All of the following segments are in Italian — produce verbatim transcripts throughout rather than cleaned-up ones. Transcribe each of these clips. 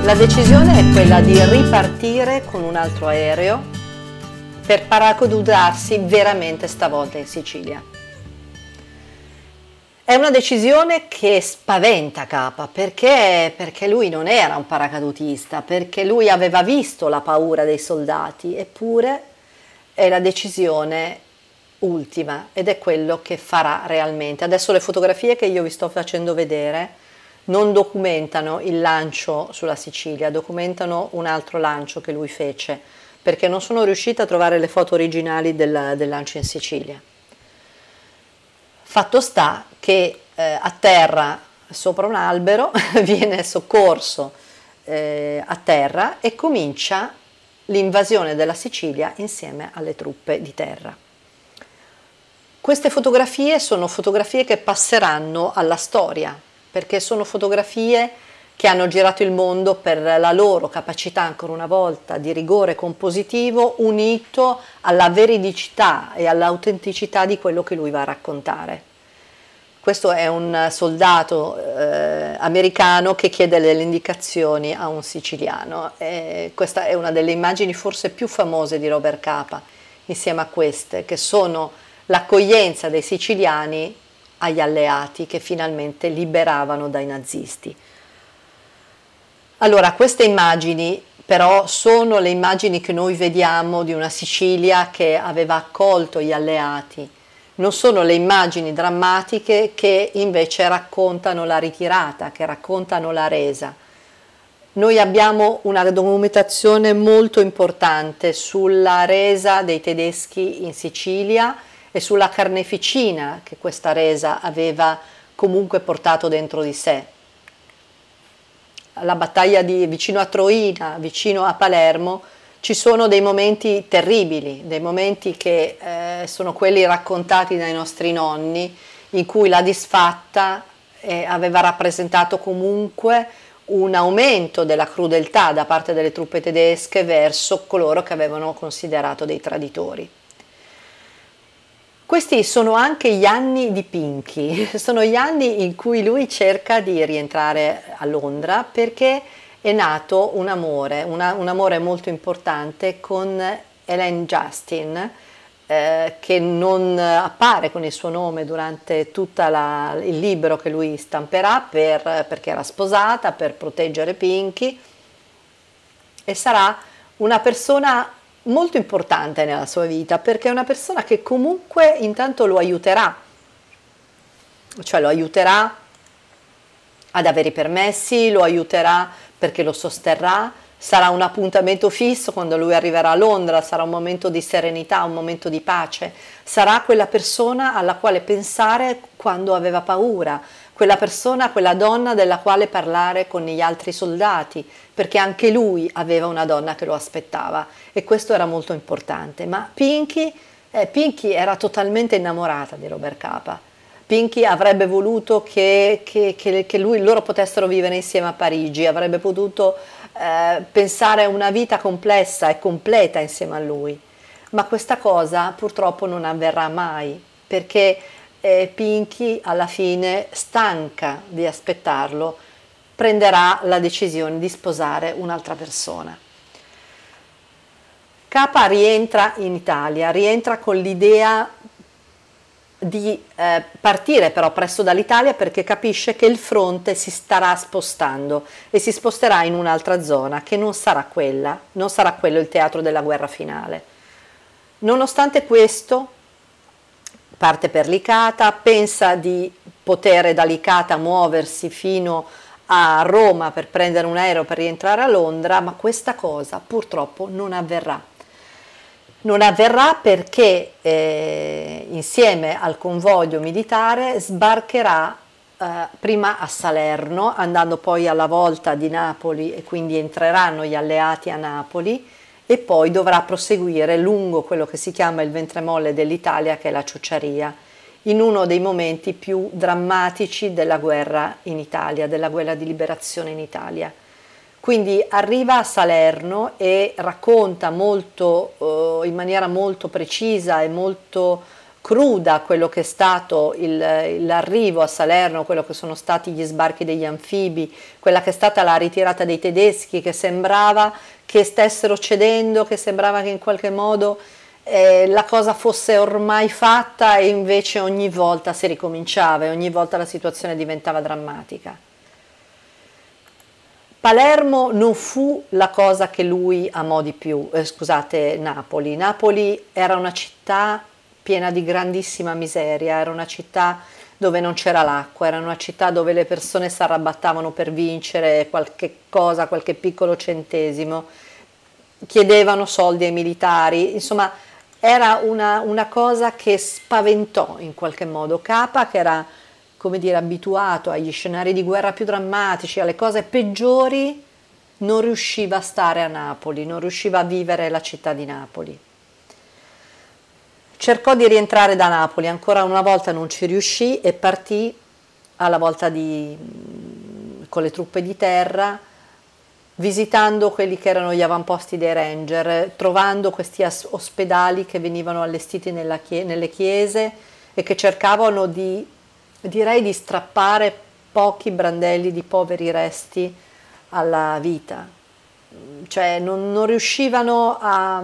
La decisione è quella di ripartire con un altro aereo per paracadutarsi veramente stavolta in Sicilia. È una decisione che spaventa Capa perché, perché lui non era un paracadutista, perché lui aveva visto la paura dei soldati, eppure è la decisione ultima ed è quello che farà realmente. Adesso le fotografie che io vi sto facendo vedere non documentano il lancio sulla Sicilia, documentano un altro lancio che lui fece, perché non sono riuscita a trovare le foto originali del, del lancio in Sicilia. Fatto sta che eh, a terra sopra un albero viene soccorso eh, a terra e comincia l'invasione della Sicilia insieme alle truppe di terra. Queste fotografie sono fotografie che passeranno alla storia, perché sono fotografie che hanno girato il mondo per la loro capacità, ancora una volta, di rigore compositivo unito alla veridicità e all'autenticità di quello che lui va a raccontare. Questo è un soldato eh, americano che chiede delle indicazioni a un siciliano. E questa è una delle immagini forse più famose di Robert Capa, insieme a queste, che sono l'accoglienza dei siciliani agli alleati che finalmente liberavano dai nazisti. Allora, queste immagini però sono le immagini che noi vediamo di una Sicilia che aveva accolto gli alleati, non sono le immagini drammatiche che invece raccontano la ritirata, che raccontano la resa. Noi abbiamo una documentazione molto importante sulla resa dei tedeschi in Sicilia e sulla carneficina che questa resa aveva comunque portato dentro di sé. La battaglia di, vicino a Troina, vicino a Palermo, ci sono dei momenti terribili, dei momenti che eh, sono quelli raccontati dai nostri nonni, in cui la disfatta eh, aveva rappresentato comunque un aumento della crudeltà da parte delle truppe tedesche verso coloro che avevano considerato dei traditori. Questi sono anche gli anni di Pinky, sono gli anni in cui lui cerca di rientrare a Londra perché è nato un amore, una, un amore molto importante con Ellen Justin, eh, che non appare con il suo nome durante tutto il libro che lui stamperà per, perché era sposata, per proteggere Pinky, e sarà una persona molto importante nella sua vita, perché è una persona che comunque intanto lo aiuterà, cioè lo aiuterà ad avere i permessi, lo aiuterà perché lo sosterrà, sarà un appuntamento fisso quando lui arriverà a Londra, sarà un momento di serenità, un momento di pace, sarà quella persona alla quale pensare quando aveva paura, quella persona, quella donna della quale parlare con gli altri soldati, perché anche lui aveva una donna che lo aspettava e questo era molto importante. Ma Pinky, eh, Pinky era totalmente innamorata di Robert Capa. Pinky avrebbe voluto che, che, che, che lui, loro potessero vivere insieme a Parigi, avrebbe potuto eh, pensare a una vita complessa e completa insieme a lui, ma questa cosa purtroppo non avverrà mai, perché eh, Pinky alla fine, stanca di aspettarlo, prenderà la decisione di sposare un'altra persona. Capa rientra in Italia, rientra con l'idea di eh, partire però presto dall'Italia perché capisce che il fronte si starà spostando e si sposterà in un'altra zona che non sarà quella, non sarà quello il teatro della guerra finale. Nonostante questo parte per Licata, pensa di poter da Licata muoversi fino a Roma per prendere un aereo per rientrare a Londra, ma questa cosa purtroppo non avverrà. Non avverrà perché eh, insieme al convoglio militare sbarcherà eh, prima a Salerno, andando poi alla volta di Napoli e quindi entreranno gli alleati a Napoli e poi dovrà proseguire lungo quello che si chiama il ventre-molle dell'Italia, che è la Ciociaria, in uno dei momenti più drammatici della guerra in Italia, della guerra di liberazione in Italia. Quindi arriva a Salerno e racconta molto, eh, in maniera molto precisa e molto cruda quello che è stato il- l'arrivo a Salerno, quello che sono stati gli sbarchi degli anfibi, quella che è stata la ritirata dei tedeschi, che sembrava che stessero cedendo, che sembrava che in qualche modo eh, la cosa fosse ormai fatta e invece ogni volta si ricominciava e ogni volta la situazione diventava drammatica. Palermo non fu la cosa che lui amò di più, eh, scusate, Napoli. Napoli era una città piena di grandissima miseria, era una città dove non c'era l'acqua, era una città dove le persone si arrabattavano per vincere qualche cosa, qualche piccolo centesimo, chiedevano soldi ai militari, insomma era una, una cosa che spaventò in qualche modo Capa, che era, come dire, abituato agli scenari di guerra più drammatici, alle cose peggiori, non riusciva a stare a Napoli, non riusciva a vivere la città di Napoli. Cercò di rientrare da Napoli, ancora una volta non ci riuscì e partì alla volta di, con le truppe di terra, visitando quelli che erano gli avamposti dei Ranger, trovando questi ospedali che venivano allestiti nella chie- nelle chiese e che cercavano di, direi, di strappare pochi brandelli di poveri resti alla vita. Cioè non, non riuscivano a...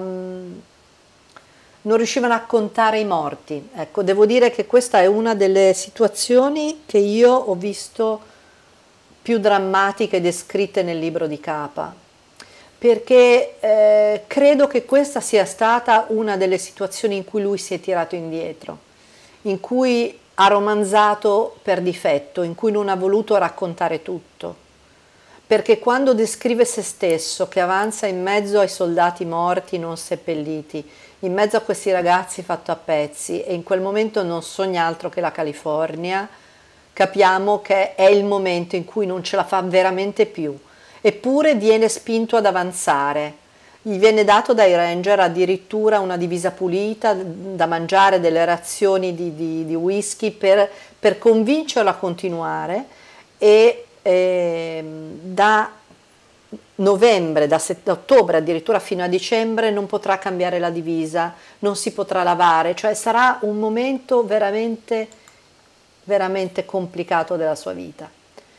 non riuscivano a contare i morti. Ecco, devo dire che questa è una delle situazioni che io ho visto più drammatiche descritte nel libro di Capa, perché eh, credo che questa sia stata una delle situazioni in cui lui si è tirato indietro, in cui ha romanzato per difetto, in cui non ha voluto raccontare tutto, perché quando descrive se stesso che avanza in mezzo ai soldati morti non seppelliti, in mezzo a questi ragazzi fatto a pezzi, e in quel momento non sogna altro che la California, capiamo che è il momento in cui non ce la fa veramente più, eppure viene spinto ad avanzare. Gli viene dato dai Ranger addirittura una divisa pulita da mangiare, delle razioni di, di, di whisky per, per convincerlo a continuare, e eh, da novembre, da ottobre addirittura fino a dicembre non potrà cambiare la divisa, non si potrà lavare, cioè sarà un momento veramente veramente complicato della sua vita.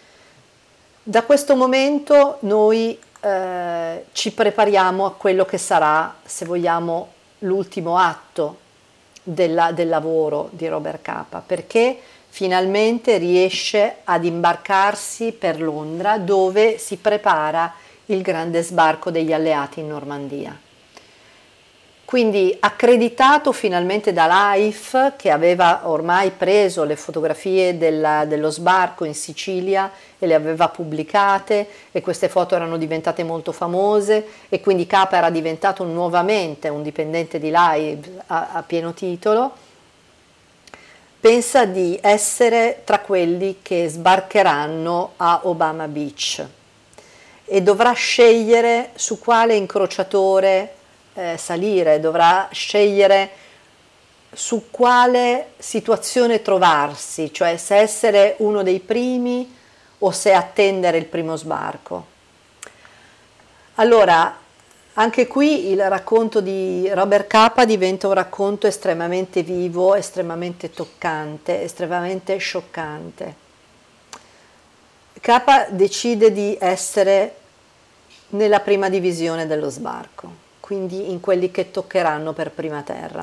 Da questo momento noi eh, ci prepariamo a quello che sarà, se vogliamo, l'ultimo atto della, del lavoro di Robert Capa, perché finalmente riesce ad imbarcarsi per Londra, dove si prepara il grande sbarco degli alleati in Normandia. Quindi accreditato finalmente da Life, che aveva ormai preso le fotografie della, dello sbarco in Sicilia e le aveva pubblicate, e queste foto erano diventate molto famose, e quindi Capa era diventato nuovamente un dipendente di Life a, a pieno titolo. Pensa di essere tra quelli che sbarcheranno a Obama Beach e dovrà scegliere su quale incrociatore Eh, salire, dovrà scegliere su quale situazione trovarsi, cioè se essere uno dei primi o se attendere il primo sbarco. Allora, anche qui il racconto di Robert Capa diventa un racconto estremamente vivo, estremamente toccante, estremamente scioccante. Capa decide di essere nella prima divisione dello sbarco, quindi in quelli che toccheranno per prima terra.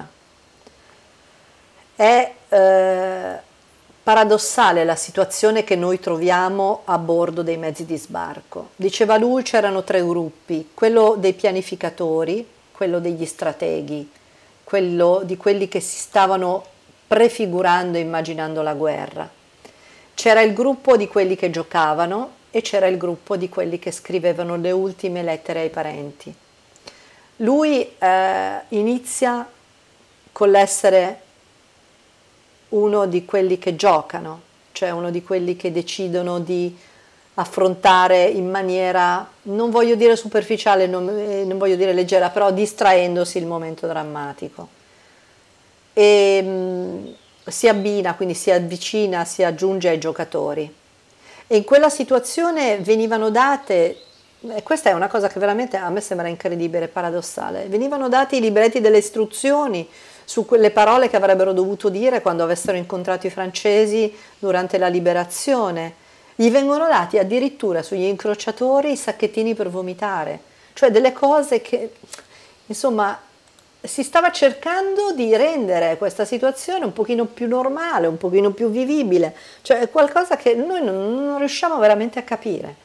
È eh, paradossale la situazione che noi troviamo a bordo dei mezzi di sbarco. Diceva lui, c'erano tre gruppi: quello dei pianificatori, quello degli strateghi, quello di quelli che si stavano prefigurando e immaginando la guerra. C'era il gruppo di quelli che giocavano e c'era il gruppo di quelli che scrivevano le ultime lettere ai parenti. Lui eh, inizia con l'essere uno di quelli che giocano, cioè uno di quelli che decidono di affrontare in maniera, non voglio dire superficiale, non, eh, non voglio dire leggera, però distraendosi il momento drammatico. E mh, si abbina, quindi si avvicina, si aggiunge ai giocatori. E in quella situazione venivano date E questa è una cosa che veramente a me sembra incredibile, paradossale. Venivano dati i libretti delle istruzioni su quelle parole che avrebbero dovuto dire quando avessero incontrato i francesi durante la liberazione. Gli vengono dati addirittura sugli incrociatori i sacchettini per vomitare, cioè delle cose che, insomma, si stava cercando di rendere questa situazione un pochino più normale, un pochino più vivibile, cioè è qualcosa che noi non, non riusciamo veramente a capire.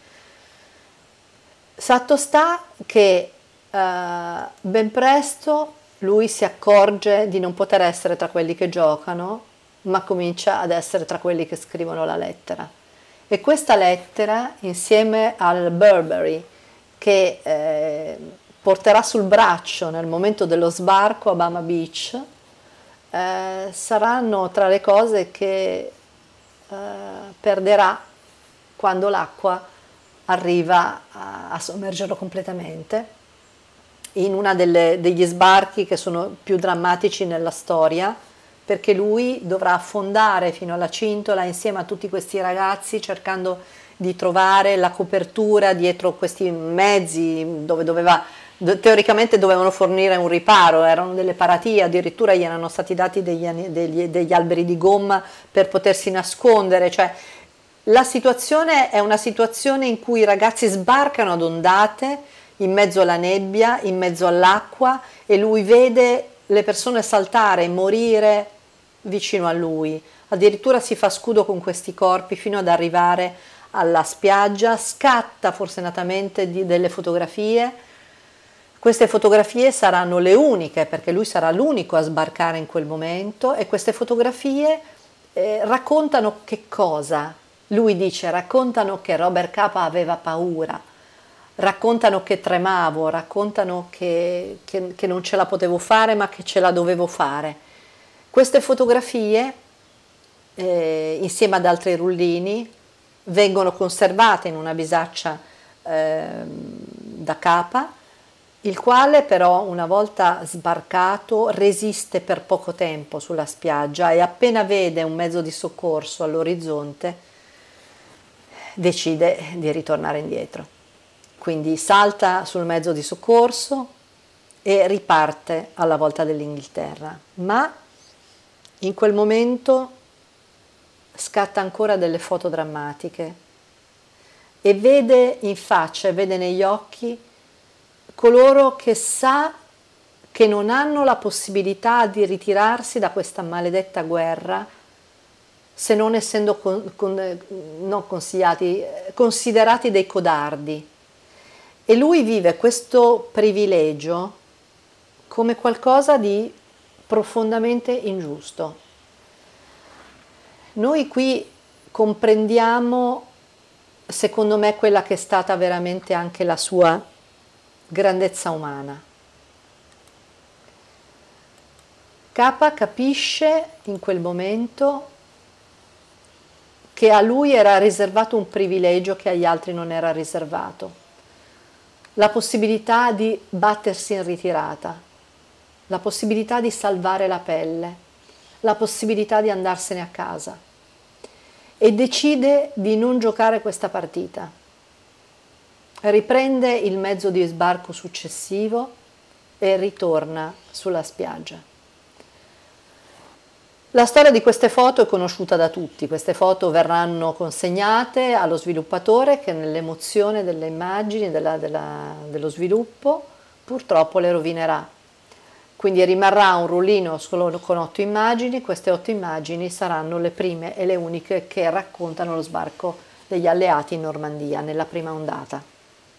Fatto sta che eh, ben presto lui si accorge di non poter essere tra quelli che giocano, ma comincia ad essere tra quelli che scrivono la lettera. E questa lettera, insieme al Burberry, che eh, porterà sul braccio nel momento dello sbarco a Bama Beach, eh, saranno tra le cose che eh, perderà quando l'acqua arriva a, a sommergerlo completamente, in uno degli sbarchi che sono più drammatici nella storia, perché lui dovrà affondare fino alla cintola insieme a tutti questi ragazzi cercando di trovare la copertura dietro questi mezzi dove doveva, teoricamente dovevano fornire un riparo, erano delle paratie, addirittura gli erano stati dati degli, degli, degli alberi di gomma per potersi nascondere, cioè la situazione è una situazione in cui i ragazzi sbarcano ad ondate in mezzo alla nebbia, in mezzo all'acqua, e lui vede le persone saltare e morire vicino a lui. Addirittura si fa scudo con questi corpi fino ad arrivare alla spiaggia, scatta forsennatamente di, delle fotografie. Queste fotografie saranno le uniche, perché lui sarà l'unico a sbarcare in quel momento, e queste fotografie eh, raccontano che cosa? Lui dice, raccontano che Robert Capa aveva paura, raccontano che tremavo, raccontano che, che, che non ce la potevo fare ma che ce la dovevo fare. Queste fotografie, eh, insieme ad altri rullini, vengono conservate in una bisaccia eh, da Capa, il quale però una volta sbarcato resiste per poco tempo sulla spiaggia e appena vede un mezzo di soccorso all'orizzonte decide di ritornare indietro. Quindi salta sul mezzo di soccorso e riparte alla volta dell'Inghilterra, ma in quel momento scatta ancora delle foto drammatiche e vede in faccia, vede negli occhi coloro che sa che non hanno la possibilità di ritirarsi da questa maledetta guerra, se non essendo con, con, non consigliati, considerati dei codardi. E lui vive questo privilegio come qualcosa di profondamente ingiusto. Noi qui comprendiamo, secondo me, quella che è stata veramente anche la sua grandezza umana. Capa capisce in quel momento che a lui era riservato un privilegio che agli altri non era riservato, la possibilità di battersi in ritirata, la possibilità di salvare la pelle, la possibilità di andarsene a casa, e decide di non giocare questa partita. Riprende il mezzo di sbarco successivo e ritorna sulla spiaggia. La storia di queste foto è conosciuta da tutti, queste foto verranno consegnate allo sviluppatore che nell'emozione delle immagini, della, della, dello sviluppo, purtroppo le rovinerà. Quindi rimarrà un rullino solo con otto immagini, queste otto immagini saranno le prime e le uniche che raccontano lo sbarco degli alleati in Normandia nella prima ondata.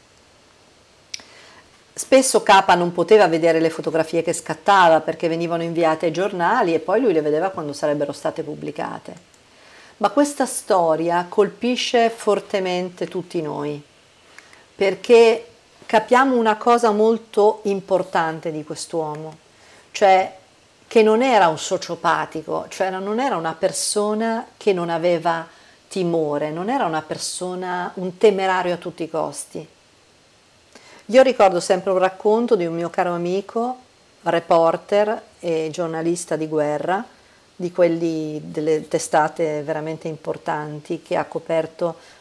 Spesso Capa non poteva vedere le fotografie che scattava perché venivano inviate ai giornali e poi lui le vedeva quando sarebbero state pubblicate. Ma questa storia colpisce fortemente tutti noi, perché capiamo una cosa molto importante di quest'uomo, cioè che non era un sociopatico, cioè non era una persona che non aveva timore, non era una persona, un temerario a tutti i costi. Io ricordo sempre un racconto di un mio caro amico, reporter e giornalista di guerra, di quelli delle testate veramente importanti, che ha coperto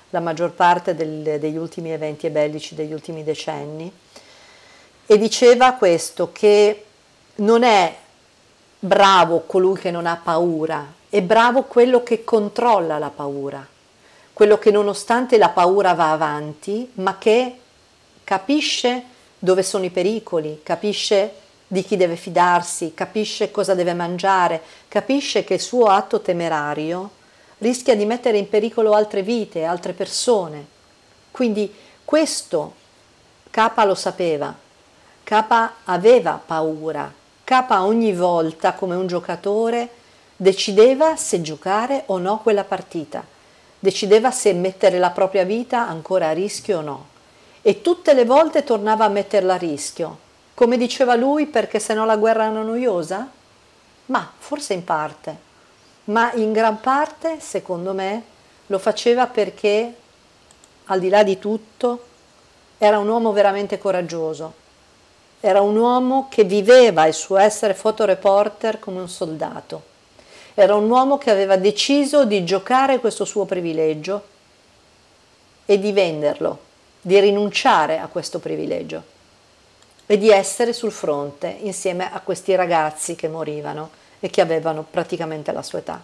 la maggior parte del, degli ultimi eventi bellici degli ultimi decenni, e diceva questo, che non è bravo colui che non ha paura, è bravo quello che controlla la paura, quello che nonostante la paura va avanti, ma che capisce dove sono i pericoli, capisce di chi deve fidarsi, capisce cosa deve mangiare, capisce che il suo atto temerario rischia di mettere in pericolo altre vite, altre persone. Quindi questo Capa lo sapeva, Capa aveva paura, Capa ogni volta come un giocatore decideva se giocare o no quella partita, decideva se mettere la propria vita ancora a rischio o no, e tutte le volte tornava a metterla a rischio. Come diceva lui, perché sennò la guerra era noiosa? Ma forse in parte, ma in gran parte, secondo me, lo faceva perché, al di là di tutto, era un uomo veramente coraggioso. Era un uomo che viveva il suo essere fotoreporter come un soldato. Era un uomo che aveva deciso di giocare questo suo privilegio e di venderlo, di rinunciare a questo privilegio e di essere sul fronte insieme a questi ragazzi che morivano e che avevano praticamente la sua età.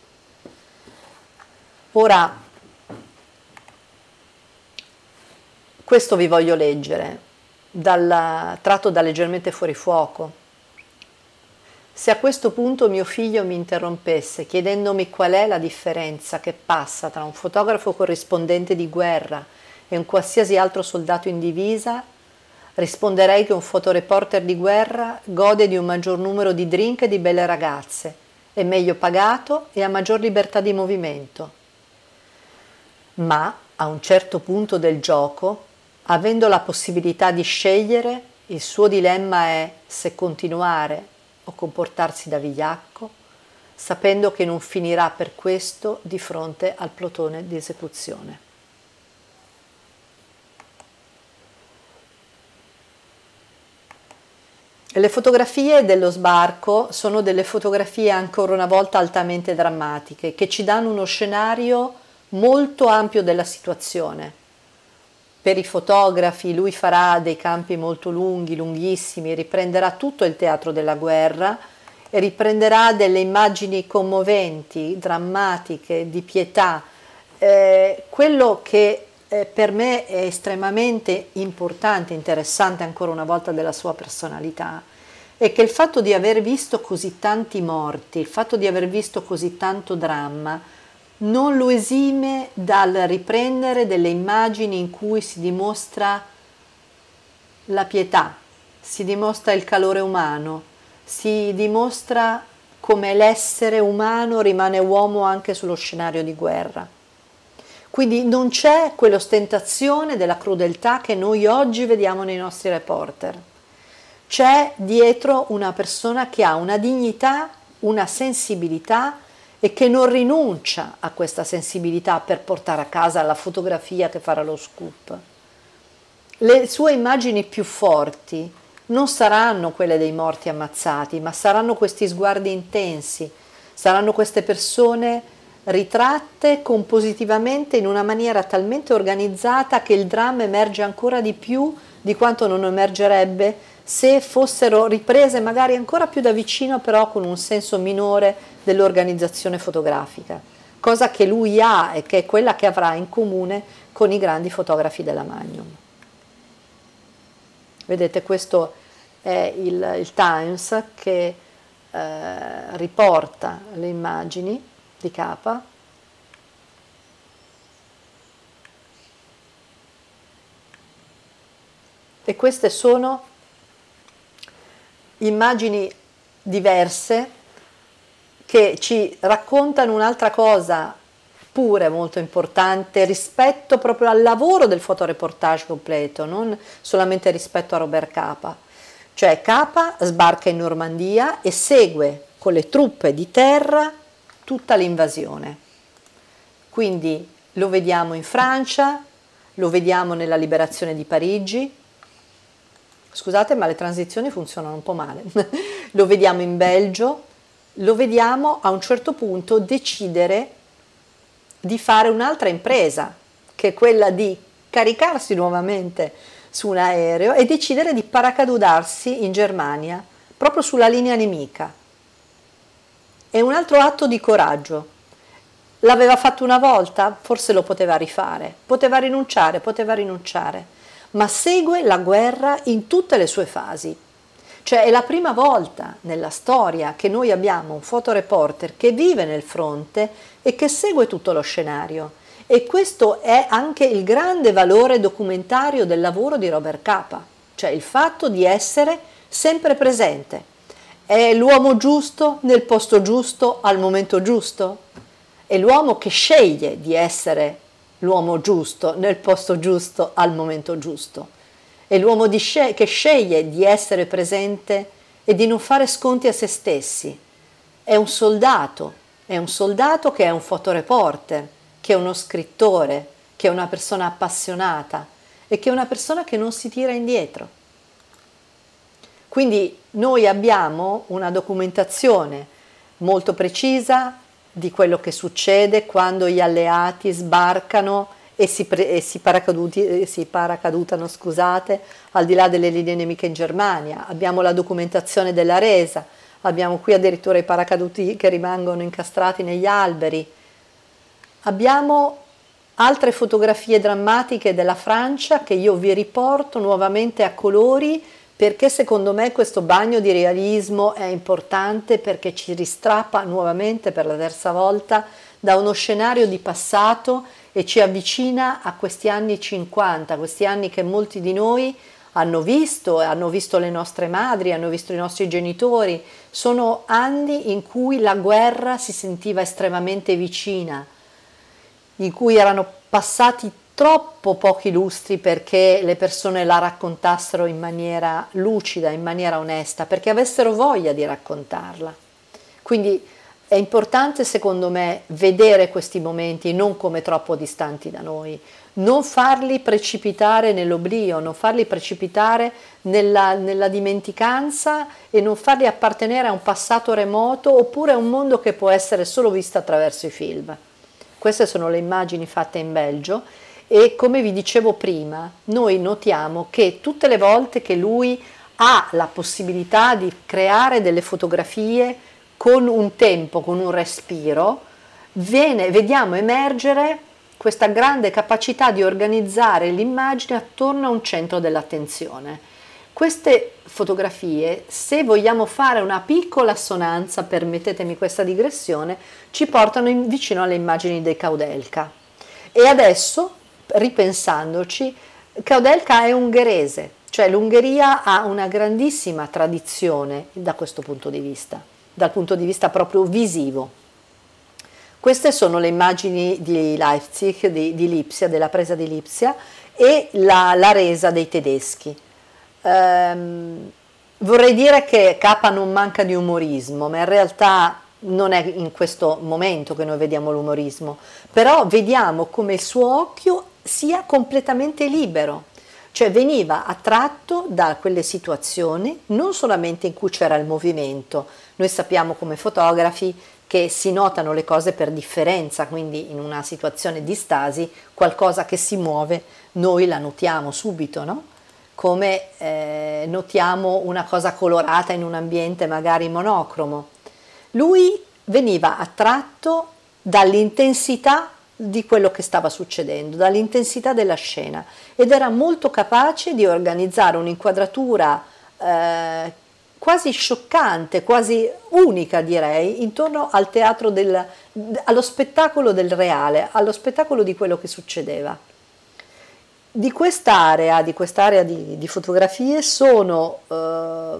Ora, questo vi voglio leggere, dal, tratto da Leggermente fuori fuoco. Se a questo punto mio figlio mi interrompesse chiedendomi qual è la differenza che passa tra un fotografo corrispondente di guerra e un qualsiasi altro soldato in divisa, risponderei che un fotoreporter di guerra gode di un maggior numero di drink e di belle ragazze, è meglio pagato e ha maggior libertà di movimento. Ma a un certo punto del gioco, avendo la possibilità di scegliere, il suo dilemma è se continuare o comportarsi da vigliacco, sapendo che non finirà per questo di fronte al plotone di esecuzione. Le fotografie dello sbarco sono delle fotografie ancora una volta altamente drammatiche, che ci danno uno scenario molto ampio della situazione. Per i fotografi lui farà dei campi molto lunghi, lunghissimi, riprenderà tutto il teatro della guerra e riprenderà delle immagini commoventi, drammatiche, di pietà. Eh, quello che eh, per me è estremamente importante, interessante ancora una volta della sua personalità, è che il fatto di aver visto così tanti morti, il fatto di aver visto così tanto dramma, non lo esime dal riprendere delle immagini in cui si dimostra la pietà, si dimostra il calore umano, si dimostra come l'essere umano rimane uomo anche sullo scenario di guerra. Quindi non c'è quell'ostentazione della crudeltà che noi oggi vediamo nei nostri reporter. C'è dietro una persona che ha una dignità, una sensibilità e che non rinuncia a questa sensibilità per portare a casa la fotografia che farà lo scoop. Le sue immagini più forti non saranno quelle dei morti ammazzati, ma saranno questi sguardi intensi, saranno queste persone ritratte compositivamente in una maniera talmente organizzata che il dramma emerge ancora di più di quanto non emergerebbe se fossero riprese magari ancora più da vicino, però con un senso minore dell'organizzazione fotografica, cosa che lui ha e che è quella che avrà in comune con i grandi fotografi della Magnum. Vedete, questo è il, il Times che eh, riporta le immagini di Capa. E queste sono immagini diverse che ci raccontano un'altra cosa pure molto importante rispetto proprio al lavoro del fotoreportage completo, non solamente rispetto a Robert Capa. Cioè Capa sbarca in Normandia e segue con le truppe di terra tutta l'invasione. Quindi lo vediamo in Francia, lo vediamo nella liberazione di Parigi. Scusate, ma le transizioni funzionano un po' male. Lo vediamo in Belgio, lo vediamo a un certo punto decidere di fare un'altra impresa, che è quella di caricarsi nuovamente su un aereo e decidere di paracadutarsi in Germania, proprio sulla linea nemica. È un altro atto di coraggio. L'aveva fatto una volta, forse lo poteva rifare, poteva rinunciare, poteva rinunciare, ma segue la guerra in tutte le sue fasi. Cioè è la prima volta nella storia che noi abbiamo un fotoreporter che vive nel fronte e che segue tutto lo scenario. E questo è anche il grande valore documentario del lavoro di Robert Capa, cioè il fatto di essere sempre presente. È l'uomo giusto nel posto giusto al momento giusto? È l'uomo che sceglie di essere l'uomo giusto nel posto giusto al momento giusto. È l'uomo di sce- che sceglie di essere presente e di non fare sconti a se stessi. È un soldato, è un soldato che è un fotoreporter, che è uno scrittore, che è una persona appassionata e che è una persona che non si tira indietro. Quindi noi abbiamo una documentazione molto precisa di quello che succede quando gli alleati sbarcano e si, pre- e si, paracaduti- si paracadutano, scusate, al di là delle linee nemiche in Germania. Abbiamo la documentazione della resa, abbiamo qui addirittura i paracaduti che rimangono incastrati negli alberi. Abbiamo altre fotografie drammatiche della Francia che io vi riporto nuovamente a colori, perché secondo me questo bagno di realismo è importante, perché ci ristrappa nuovamente per la terza volta da uno scenario di passato e ci avvicina a questi anni cinquanta, questi anni che molti di noi hanno visto, hanno visto le nostre madri, hanno visto i nostri genitori. Sono anni in cui la guerra si sentiva estremamente vicina, in cui erano passati troppo pochi lustri perché le persone la raccontassero in maniera lucida, in maniera onesta, perché avessero voglia di raccontarla. Quindi è importante, secondo me, vedere questi momenti non come troppo distanti da noi, non farli precipitare nell'oblio, non farli precipitare nella, nella dimenticanza e non farli appartenere a un passato remoto oppure a un mondo che può essere solo visto attraverso i film. Queste sono le immagini fatte in Belgio e, come vi dicevo prima, noi notiamo che tutte le volte che lui ha la possibilità di creare delle fotografie con un tempo, con un respiro, viene, vediamo emergere questa grande capacità di organizzare l'immagine attorno a un centro dell'attenzione. Queste fotografie, se vogliamo fare una piccola assonanza, permettetemi questa digressione, ci portano in, vicino alle immagini dei Koudelka. E adesso, ripensandoci, Koudelka è ungherese, cioè l'Ungheria ha una grandissima tradizione da questo punto di vista, dal punto di vista proprio visivo. Queste sono le immagini di Leipzig, di, di Lipsia, della presa di Lipsia e la, la resa dei tedeschi. Um, vorrei dire che Capa non manca di umorismo, ma in realtà non è in questo momento che noi vediamo l'umorismo, però vediamo come il suo occhio sia completamente libero, cioè veniva attratto da quelle situazioni non solamente in cui c'era il movimento. Noi sappiamo come fotografi che si notano le cose per differenza, quindi in una situazione di stasi qualcosa che si muove noi la notiamo subito, no? Come eh, notiamo una cosa colorata in un ambiente magari monocromo. Lui veniva attratto dall'intensità di quello che stava succedendo, dall'intensità della scena, ed era molto capace di organizzare un'inquadratura eh, quasi scioccante, quasi unica direi, intorno al teatro del, allo spettacolo del reale, allo spettacolo di quello che succedeva. Di quest'area, di quest'area di, di fotografie sono eh,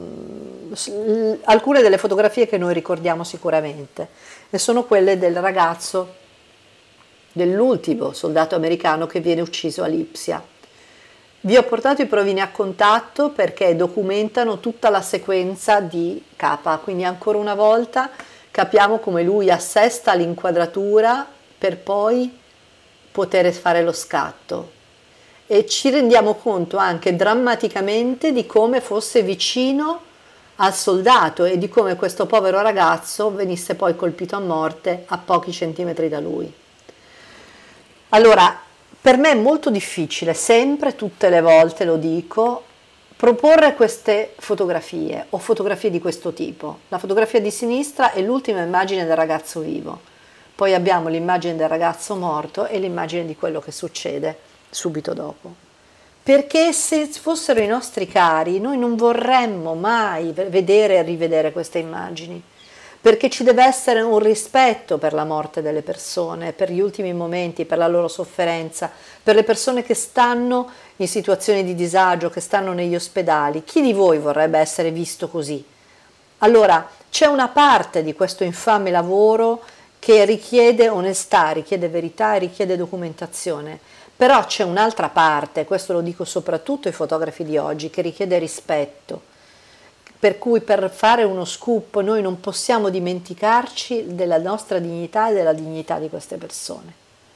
alcune delle fotografie che noi ricordiamo sicuramente, e sono quelle del ragazzo, dell'ultimo soldato americano che viene ucciso a Lipsia. Vi ho portato i provini a contatto perché documentano tutta la sequenza di Capa, quindi ancora una volta capiamo come lui assesta l'inquadratura per poi poter fare lo scatto. E ci rendiamo conto anche drammaticamente di come fosse vicino al soldato e di come questo povero ragazzo venisse poi colpito a morte a pochi centimetri da lui. Allora, Per me è molto difficile, sempre, tutte le volte lo dico, proporre queste fotografie o fotografie di questo tipo. La fotografia di sinistra è l'ultima immagine del ragazzo vivo, poi abbiamo l'immagine del ragazzo morto e l'immagine di quello che succede subito dopo. Perché se fossero i nostri cari, noi non vorremmo mai vedere e rivedere queste immagini, perché ci deve essere un rispetto per la morte delle persone, per gli ultimi momenti, per la loro sofferenza, per le persone che stanno in situazioni di disagio, che stanno negli ospedali. Chi di voi vorrebbe essere visto così? Allora, c'è una parte di questo infame lavoro che richiede onestà, richiede verità e richiede documentazione. Però c'è un'altra parte, questo lo dico soprattutto ai fotografi di oggi, che richiede rispetto. Per cui per fare uno scoop noi non possiamo dimenticarci della nostra dignità e della dignità di queste persone.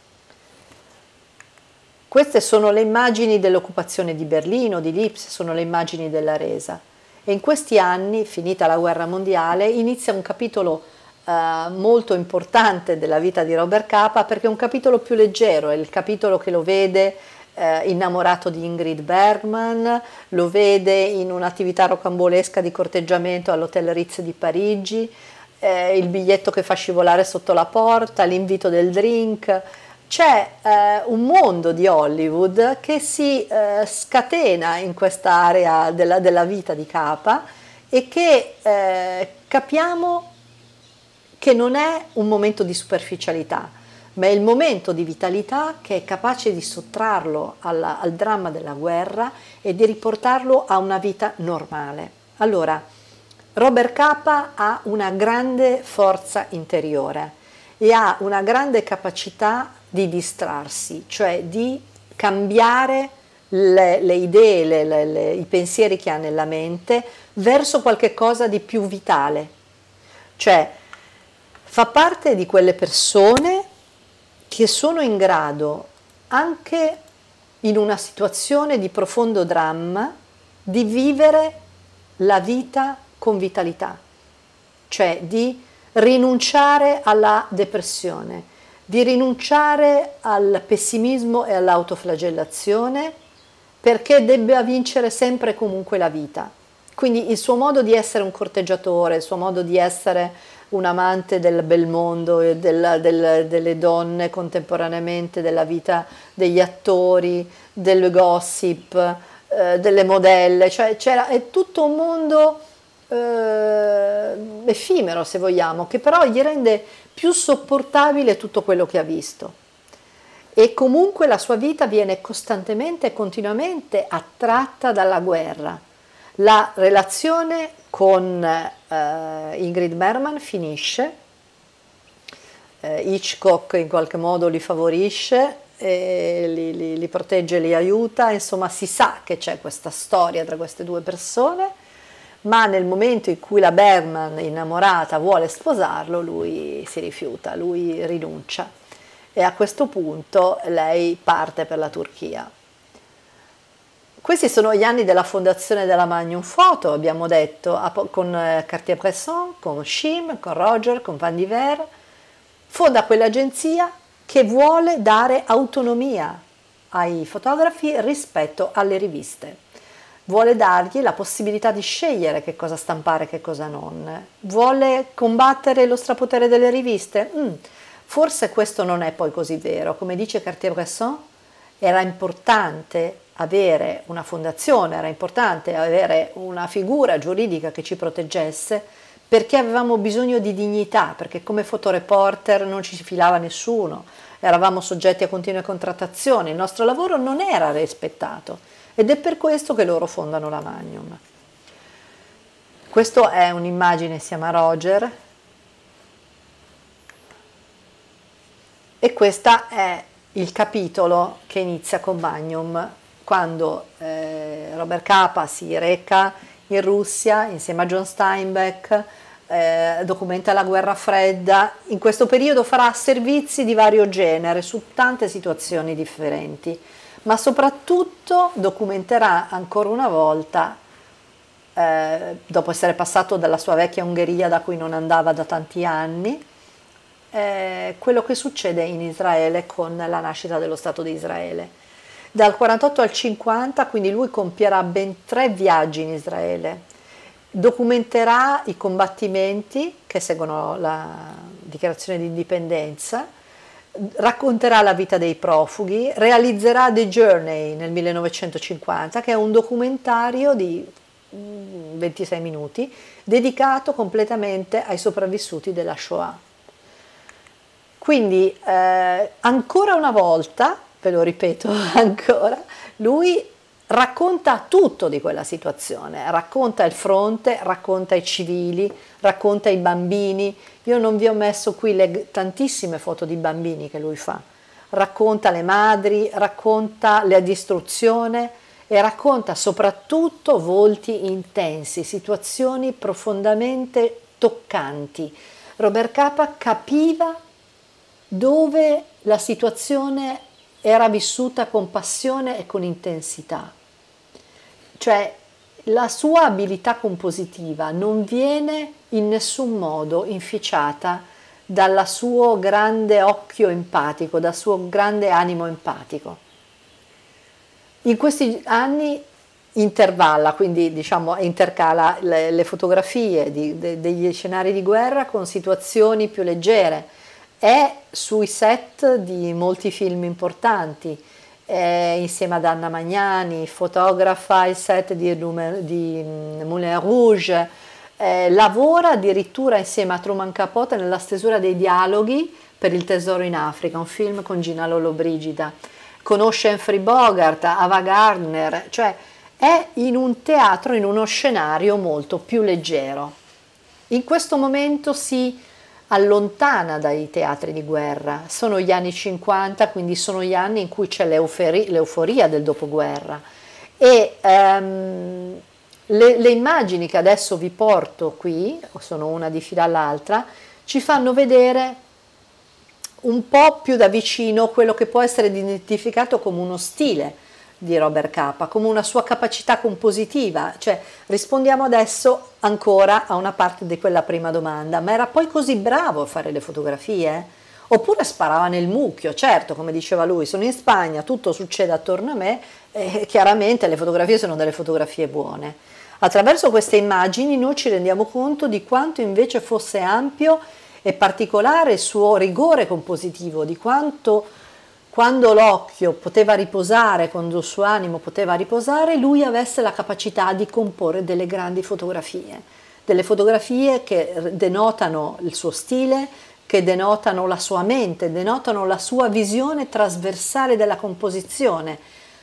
Queste sono le immagini dell'occupazione di Berlino, di Lips, sono le immagini della resa. E in questi anni, finita la guerra mondiale, inizia un capitolo eh, molto importante della vita di Robert Capa, perché è un capitolo più leggero, è il capitolo che lo vede eh, innamorato di Ingrid Bergman, lo vede in un'attività rocambolesca di corteggiamento all'Hotel Ritz di Parigi, eh, il biglietto che fa scivolare sotto la porta, l'invito del drink. C'è eh, un mondo di Hollywood che si eh, scatena in quest'area della, della vita di Capa e che eh, capiamo che non è un momento di superficialità, ma è il momento di vitalità che è capace di sottrarlo alla, al dramma della guerra e di riportarlo a una vita normale. Allora, Robert Capa ha una grande forza interiore e ha una grande capacità di distrarsi, cioè di cambiare le, le idee, le, le, le, i pensieri che ha nella mente verso qualche cosa di più vitale. Cioè fa parte di quelle persone che sono in grado, anche in una situazione di profondo dramma, di vivere la vita con vitalità, cioè di rinunciare alla depressione, di rinunciare al pessimismo e all'autoflagellazione perché debba vincere sempre e comunque la vita. Quindi il suo modo di essere un corteggiatore, il suo modo di essere un amante del bel mondo e del, del, delle donne contemporaneamente, della vita degli attori, del gossip, eh, delle modelle, cioè c'era, è tutto un mondo eh, effimero, se vogliamo, che però gli rende più sopportabile tutto quello che ha visto. E comunque la sua vita viene costantemente e continuamente attratta dalla guerra. La relazione con eh, Ingrid Bergman finisce, eh, Hitchcock in qualche modo li favorisce, e li, li, li protegge, li aiuta, insomma si sa che c'è questa storia tra queste due persone, ma nel momento in cui la Bergman innamorata vuole sposarlo, lui si rifiuta, lui rinuncia e a questo punto lei parte per la Turchia. Questi sono gli anni della fondazione della Magnum Photo, abbiamo detto, con Cartier-Bresson, con Schim, con Roger, con Van Diver. Fonda quell'agenzia che vuole dare autonomia ai fotografi rispetto alle riviste. Vuole dargli la possibilità di scegliere che cosa stampare e che cosa non. Vuole combattere lo strapotere delle riviste? Mm, forse questo non è poi così vero. Come dice Cartier-Bresson, era importante avere una fondazione, era importante avere una figura giuridica che ci proteggesse perché avevamo bisogno di dignità, perché come fotoreporter non ci si filava nessuno, eravamo soggetti a continue contrattazioni, il nostro lavoro non era rispettato ed è per questo che loro fondano la Magnum. Questa è un'immagine, si chiama Roger, e questo è il capitolo che inizia con Magnum, quando eh, Robert Capa si reca in Russia insieme a John Steinbeck, eh, documenta la guerra fredda. In questo periodo farà servizi di vario genere su tante situazioni differenti, ma soprattutto documenterà ancora una volta, eh, dopo essere passato dalla sua vecchia Ungheria da cui non andava da tanti anni, eh, quello che succede in Israele con la nascita dello Stato di Israele. Dal quarantotto al cinquanta, quindi lui compierà ben tre viaggi in Israele, documenterà i combattimenti che seguono la dichiarazione di indipendenza, racconterà la vita dei profughi, realizzerà The Journey nel millenovecentocinquanta, che è un documentario di ventisei minuti dedicato completamente ai sopravvissuti della Shoah. Quindi eh, ancora una volta, ve lo ripeto ancora, lui racconta tutto di quella situazione, racconta il fronte, racconta i civili, racconta i bambini. Io non vi ho messo qui le tantissime foto di bambini che lui fa, racconta le madri, racconta la distruzione e racconta soprattutto volti intensi, situazioni profondamente toccanti. Robert Capa capiva dove la situazione era vissuta con passione e con intensità. Cioè la sua abilità compositiva non viene in nessun modo inficiata dal suo grande occhio empatico, dal suo grande animo empatico. In questi anni intervalla, quindi diciamo intercala le, le fotografie di, de, degli scenari di guerra con situazioni più leggere. È sui set di molti film importanti, è insieme ad Anna Magnani, fotografa il set di, di Moulin Rouge, eh, lavora addirittura insieme a Truman Capote nella stesura dei dialoghi per Il tesoro in Africa, un film con Gina Lollobrigida, conosce Humphrey Bogart, Ava Gardner, cioè è in un teatro, in uno scenario molto più leggero. In questo momento si allontana dai teatri di guerra, sono gli anni cinquanta, quindi sono gli anni in cui c'è l'euforia del dopoguerra e ehm, le, le immagini che adesso vi porto qui, sono una di fila all'altra, ci fanno vedere un po' più da vicino quello che può essere identificato come uno stile di Robert Capa, come una sua capacità compositiva. Cioè rispondiamo adesso ancora a una parte di quella prima domanda: ma era poi così bravo a fare le fotografie? Oppure sparava nel mucchio? Certo, come diceva lui, sono in Spagna, tutto succede attorno a me e chiaramente le fotografie sono delle fotografie buone. Attraverso queste immagini noi ci rendiamo conto di quanto invece fosse ampio e particolare il suo rigore compositivo, di quanto quando l'occhio poteva riposare, quando il suo animo poteva riposare, lui avesse la capacità di comporre delle grandi fotografie, delle fotografie che denotano il suo stile, che denotano la sua mente, denotano la sua visione trasversale della composizione.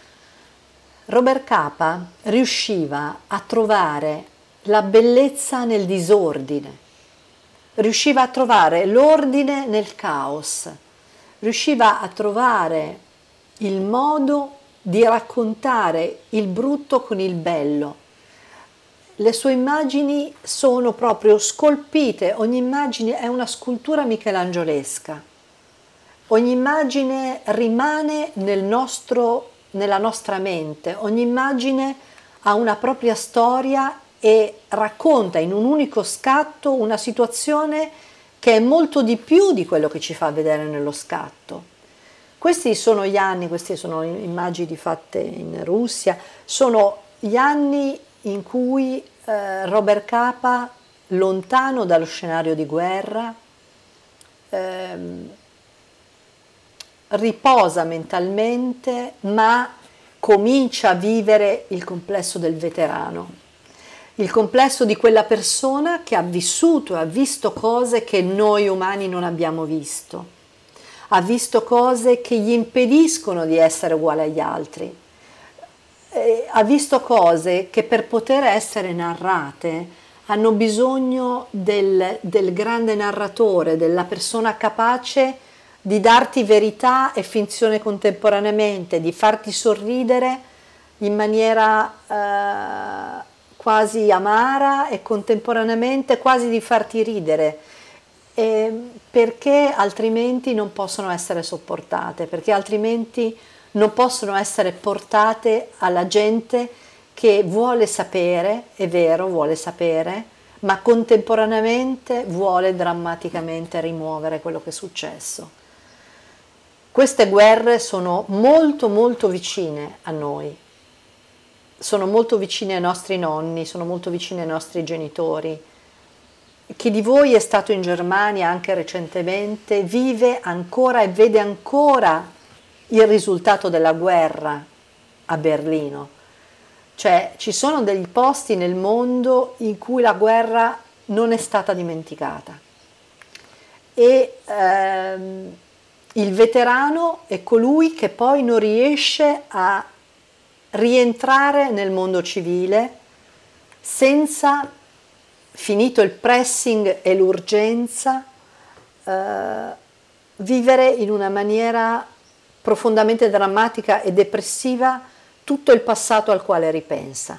Robert Capa riusciva a trovare la bellezza nel disordine, riusciva a trovare l'ordine nel caos, riusciva a trovare il modo di raccontare il brutto con il bello. Le sue immagini sono proprio scolpite, ogni immagine è una scultura michelangiolesca. Ogni immagine rimane nel nostro, nella nostra mente, ogni immagine ha una propria storia e racconta in un unico scatto una situazione che è molto di più di quello che ci fa vedere nello scatto. Questi sono gli anni, queste sono immagini fatte in Russia, sono gli anni in cui eh, Robert Capa, lontano dallo scenario di guerra, ehm, riposa mentalmente, ma comincia a vivere il complesso del veterano. Il complesso di quella persona che ha vissuto, ha visto cose che noi umani non abbiamo visto, ha visto cose che gli impediscono di essere uguale agli altri, eh, ha visto cose che per poter essere narrate hanno bisogno del, del grande narratore, della persona capace di darti verità e finzione contemporaneamente, di farti sorridere in maniera eh, quasi amara e contemporaneamente quasi di farti ridere, eh, perché altrimenti non possono essere sopportate, perché altrimenti non possono essere portate alla gente che vuole sapere, è vero, vuole sapere, ma contemporaneamente vuole drammaticamente rimuovere quello che è successo. Queste guerre sono molto molto vicine a noi, sono molto vicine ai nostri nonni, sono molto vicine ai nostri genitori. Chi di voi è stato in Germania anche recentemente vive ancora e vede ancora il risultato della guerra a Berlino. Cioè ci sono dei posti nel mondo in cui la guerra non è stata dimenticata e ehm, il veterano è colui che poi non riesce a rientrare nel mondo civile senza, finito il pressing e l'urgenza, eh, vivere in una maniera profondamente drammatica e depressiva tutto il passato al quale ripensa.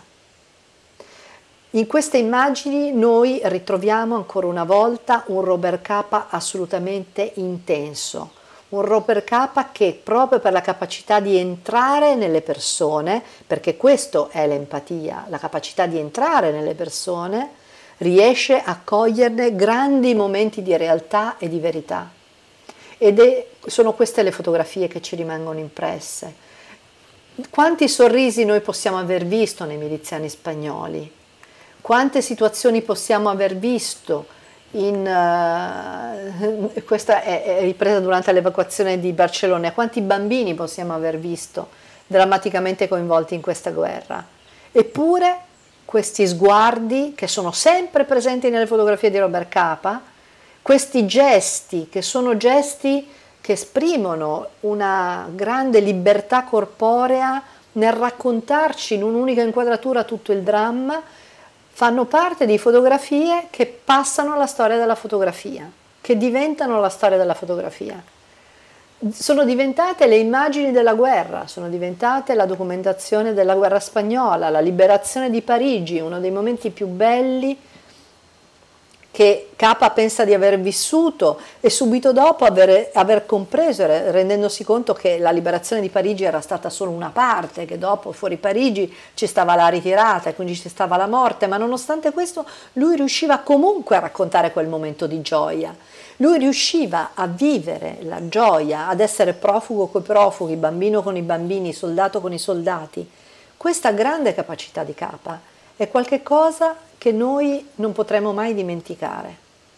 In queste immagini noi ritroviamo ancora una volta un Robert Capa assolutamente intenso, un Robert Capa che proprio per la capacità di entrare nelle persone, perché questo è l'empatia, la capacità di entrare nelle persone, riesce a coglierne grandi momenti di realtà e di verità. Ed è, sono queste le fotografie che ci rimangono impresse. Quanti sorrisi noi possiamo aver visto nei miliziani spagnoli? Quante situazioni possiamo aver visto in uh, questa è, è ripresa durante l'evacuazione di Barcellona? Quanti bambini possiamo aver visto drammaticamente coinvolti in questa guerra? Eppure questi sguardi che sono sempre presenti nelle fotografie di Robert Capa, questi gesti che sono gesti che esprimono una grande libertà corporea nel raccontarci in un'unica inquadratura tutto il dramma, fanno parte di fotografie che passano alla storia della fotografia, che diventano la storia della fotografia. Sono diventate le immagini della guerra, sono diventate la documentazione della guerra spagnola, la liberazione di Parigi, uno dei momenti più belli che Capa pensa di aver vissuto e subito dopo aver, aver compreso, rendendosi conto che la liberazione di Parigi era stata solo una parte, che dopo fuori Parigi ci stava la ritirata e quindi ci stava la morte, ma nonostante questo lui riusciva comunque a raccontare quel momento di gioia. Lui riusciva a vivere la gioia, ad essere profugo coi profughi, bambino con i bambini, soldato con i soldati. Questa grande capacità di Capa è qualcosa che noi non potremo mai dimenticare.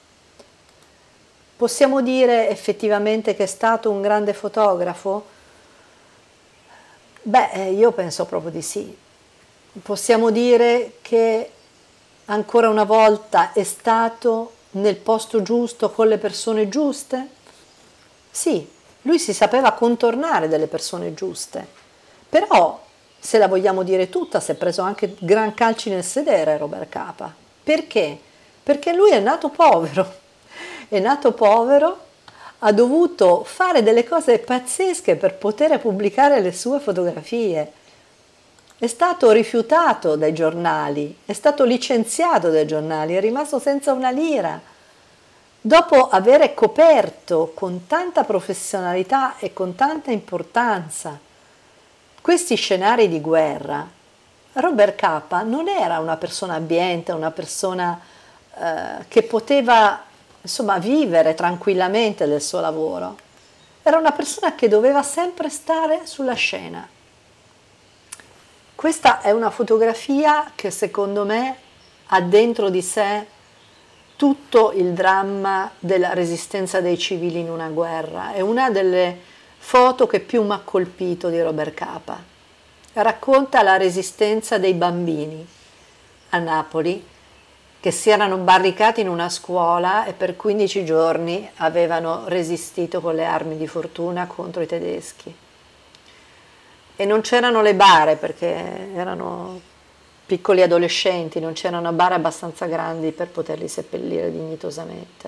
Possiamo dire effettivamente che è stato un grande fotografo? Beh, io penso proprio di sì. Possiamo dire che ancora una volta è stato nel posto giusto con le persone giuste? Sì, lui si sapeva contornare delle persone giuste, però se la vogliamo dire tutta, si è preso anche gran calci nel sedere Robert Capa. Perché? Perché lui è nato povero, è nato povero, ha dovuto fare delle cose pazzesche per poter pubblicare le sue fotografie. È stato rifiutato dai giornali, è stato licenziato dai giornali, è rimasto senza una lira. Dopo aver coperto con tanta professionalità e con tanta importanza questi scenari di guerra, Robert Capa non era una persona abbiente, una persona eh, che poteva insomma vivere tranquillamente del suo lavoro. Era una persona che doveva sempre stare sulla scena. Questa è una fotografia che secondo me ha dentro di sé tutto il dramma della resistenza dei civili in una guerra. È una delle foto che più mi ha colpito di Robert Capa. Racconta la resistenza dei bambini a Napoli che si erano barricati in una scuola e per quindici giorni avevano resistito con le armi di fortuna contro i tedeschi. E non c'erano le bare perché erano piccoli adolescenti, non c'erano bare abbastanza grandi per poterli seppellire dignitosamente.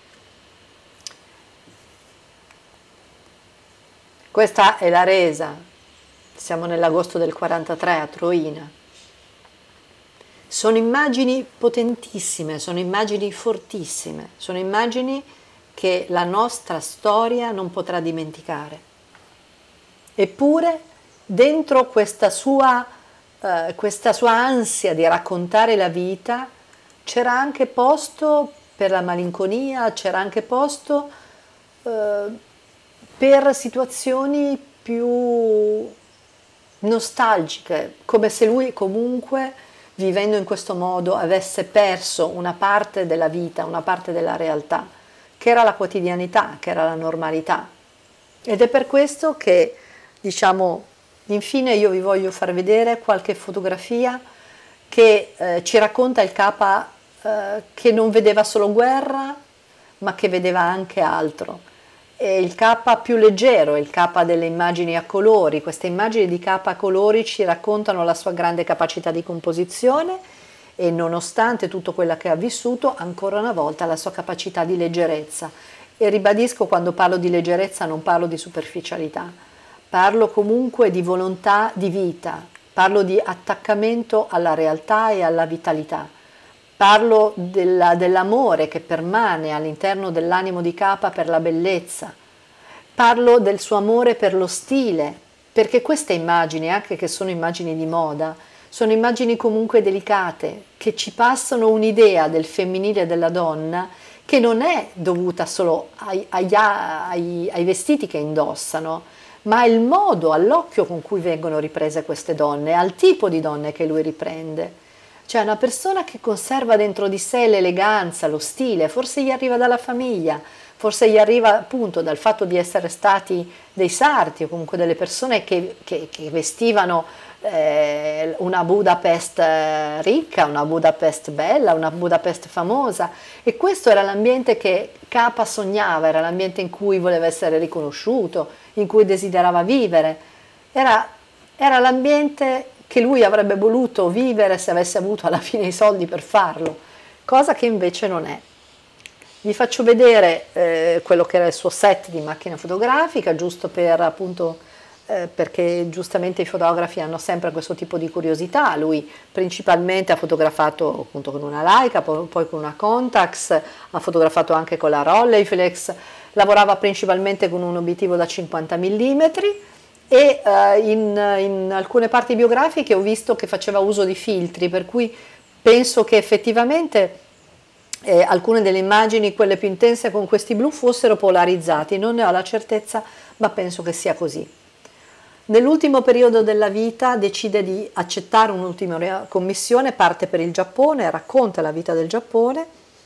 Questa è la resa, siamo nell'agosto del quarantatré a Troina. Sono immagini potentissime, sono immagini fortissime, sono immagini che la nostra storia non potrà dimenticare. Eppure dentro questa sua, eh, questa sua ansia di raccontare la vita c'era anche posto per la malinconia, c'era anche posto eh, per situazioni più nostalgiche, come se lui comunque, vivendo in questo modo, avesse perso una parte della vita, una parte della realtà, che era la quotidianità, che era la normalità. Ed è per questo che, diciamo, infine io vi voglio far vedere qualche fotografia che eh, ci racconta il Capa eh, che non vedeva solo guerra, ma che vedeva anche altro. E il Capa più leggero, il Capa delle immagini a colori. Queste immagini di Capa a colori ci raccontano la sua grande capacità di composizione e, nonostante tutto quello che ha vissuto, ancora una volta la sua capacità di leggerezza. E ribadisco, quando parlo di leggerezza non parlo di superficialità, parlo comunque di volontà di vita, parlo di attaccamento alla realtà e alla vitalità. Parlo della, dell'amore che permane all'interno dell'animo di Capa per la bellezza. Parlo del suo amore per lo stile, perché queste immagini, anche che sono immagini di moda, sono immagini comunque delicate, che ci passano un'idea del femminile e della donna che non è dovuta solo ai, agli, ai, ai vestiti che indossano, ma al modo, all'occhio con cui vengono riprese queste donne, al tipo di donne che lui riprende. Cioè una persona che conserva dentro di sé l'eleganza, lo stile, forse gli arriva dalla famiglia, forse gli arriva appunto dal fatto di essere stati dei sarti o comunque delle persone che, che, che vestivano eh, una Budapest ricca, una Budapest bella, una Budapest famosa, e questo era l'ambiente che Capa sognava, era l'ambiente in cui voleva essere riconosciuto, in cui desiderava vivere, era, era l'ambiente che lui avrebbe voluto vivere se avesse avuto alla fine i soldi per farlo, cosa che invece non è. Vi faccio vedere eh, quello che era il suo set di macchina fotografica, giusto per appunto eh, perché giustamente i fotografi hanno sempre questo tipo di curiosità. Lui principalmente ha fotografato appunto con una Leica, poi, poi con una Contax, ha fotografato anche con la Rolleiflex, lavorava principalmente con un obiettivo da cinquanta millimetri. E uh, in, in alcune parti biografiche ho visto che faceva uso di filtri, per cui penso che effettivamente eh, alcune delle immagini, quelle più intense con questi blu, fossero polarizzati. Non ne ho la certezza, ma penso che sia così. Nell'ultimo periodo della vita decide di accettare un'ultima commissione, parte per il Giappone, racconta la vita del Giappone,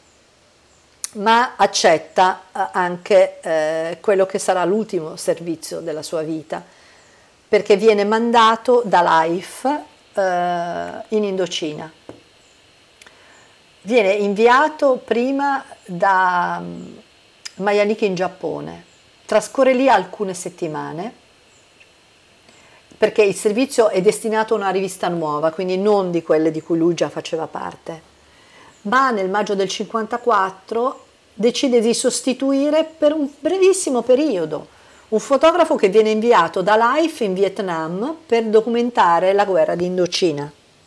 ma accetta eh, anche eh, quello che sarà l'ultimo servizio della sua vita, perché viene mandato da Life eh, in Indocina. Viene inviato prima da um, Mayaniki in Giappone, trascorre lì alcune settimane, perché il servizio è destinato a una rivista nuova, quindi non di quelle di cui lui già faceva parte. Ma nel maggio del cinquantaquattro decide di sostituire per un brevissimo periodo un fotografo che viene inviato da Life in Vietnam per documentare la guerra di Indocina.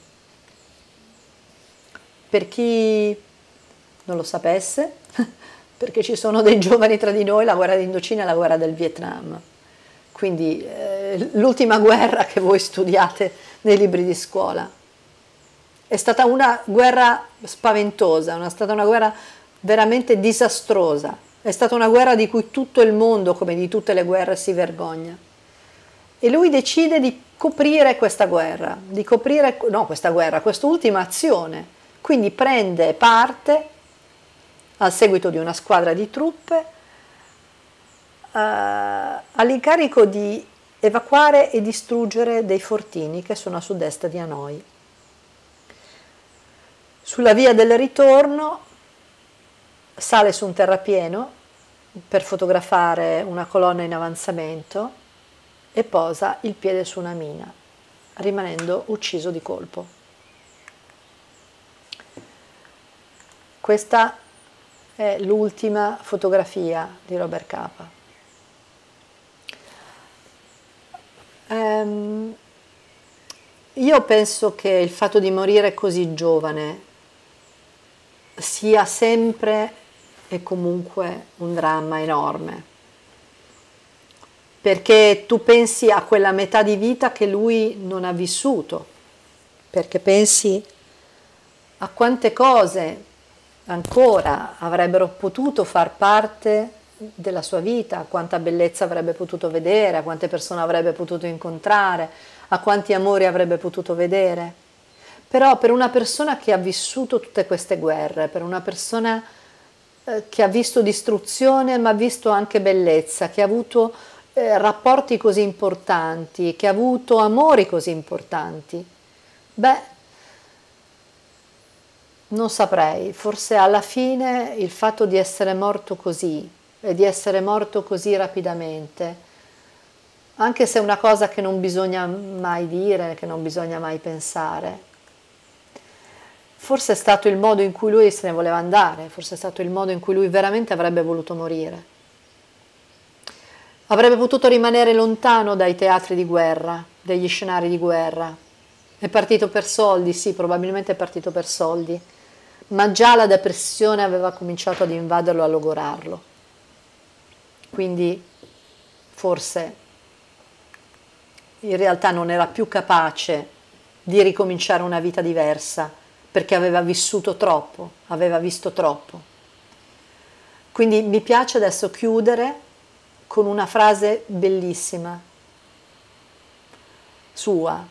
Per chi non lo sapesse, perché ci sono dei giovani tra di noi, la guerra di Indocina è la guerra del Vietnam. Quindi eh, l'ultima guerra che voi studiate nei libri di scuola. È stata una guerra spaventosa, è stata una guerra veramente disastrosa. È stata una guerra di cui tutto il mondo, come di tutte le guerre, si vergogna. E lui decide di coprire questa guerra, di coprire, no questa guerra, quest'ultima azione. Quindi prende parte, al seguito di una squadra di truppe, eh, all'incarico di evacuare e distruggere dei fortini che sono a sud-est di Hanoi. Sulla via del ritorno sale su un terrapieno per fotografare una colonna in avanzamento e posa il piede su una mina, rimanendo ucciso di colpo. Questa è l'ultima fotografia di Robert Capa. Um, io penso che il fatto di morire così giovane sia sempre e comunque un dramma enorme, perché tu pensi a quella metà di vita che lui non ha vissuto, perché pensi a quante cose ancora avrebbero potuto far parte della sua vita, a quanta bellezza avrebbe potuto vedere, a quante persone avrebbe potuto incontrare, a quanti amori avrebbe potuto vedere. Però per una persona che ha vissuto tutte queste guerre, per una persona eh, che ha visto distruzione ma ha visto anche bellezza, che ha avuto eh, rapporti così importanti, che ha avuto amori così importanti, beh, non saprei, forse alla fine il fatto di essere morto così e di essere morto così rapidamente, anche se è una cosa che non bisogna mai dire, che non bisogna mai pensare, forse è stato il modo in cui lui se ne voleva andare, forse è stato il modo in cui lui veramente avrebbe voluto morire. Avrebbe potuto rimanere lontano dai teatri di guerra, degli scenari di guerra. È partito per soldi, sì, probabilmente è partito per soldi, ma già la depressione aveva cominciato ad invaderlo, a logorarlo. Quindi forse in realtà non era più capace di ricominciare una vita diversa, perché aveva vissuto troppo, aveva visto troppo. Quindi mi piace adesso chiudere con una frase bellissima, sua.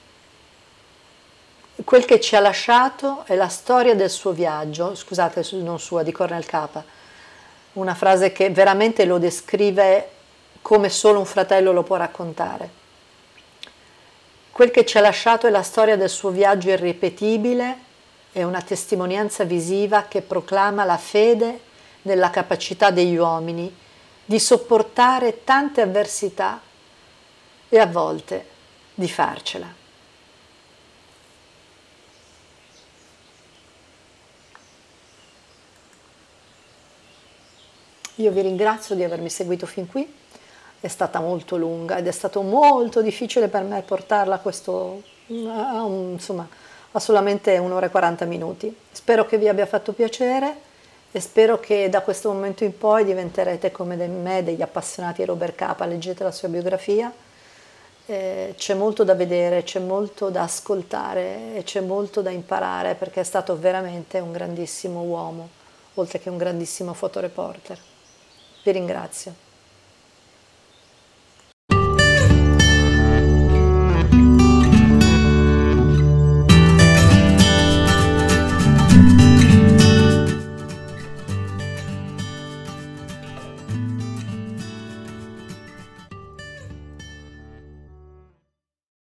Quel che ci ha lasciato è la storia del suo viaggio, scusate, non sua, di Cornel Capa, una frase che veramente lo descrive come solo un fratello lo può raccontare. Quel che ci ha lasciato è la storia del suo viaggio irripetibile e una testimonianza visiva che proclama la fede nella capacità degli uomini di sopportare tante avversità e a volte di farcela. Io vi ringrazio di avermi seguito fin qui, è stata molto lunga ed è stato molto difficile per me portarla a questo, a un, insomma, a solamente un'ora e quaranta minuti. Spero che vi abbia fatto piacere e spero che da questo momento in poi diventerete come me, degli appassionati di Robert Capa, leggete la sua biografia, eh, c'è molto da vedere, c'è molto da ascoltare e c'è molto da imparare perché è stato veramente un grandissimo uomo, oltre che un grandissimo fotoreporter. Vi ringrazio.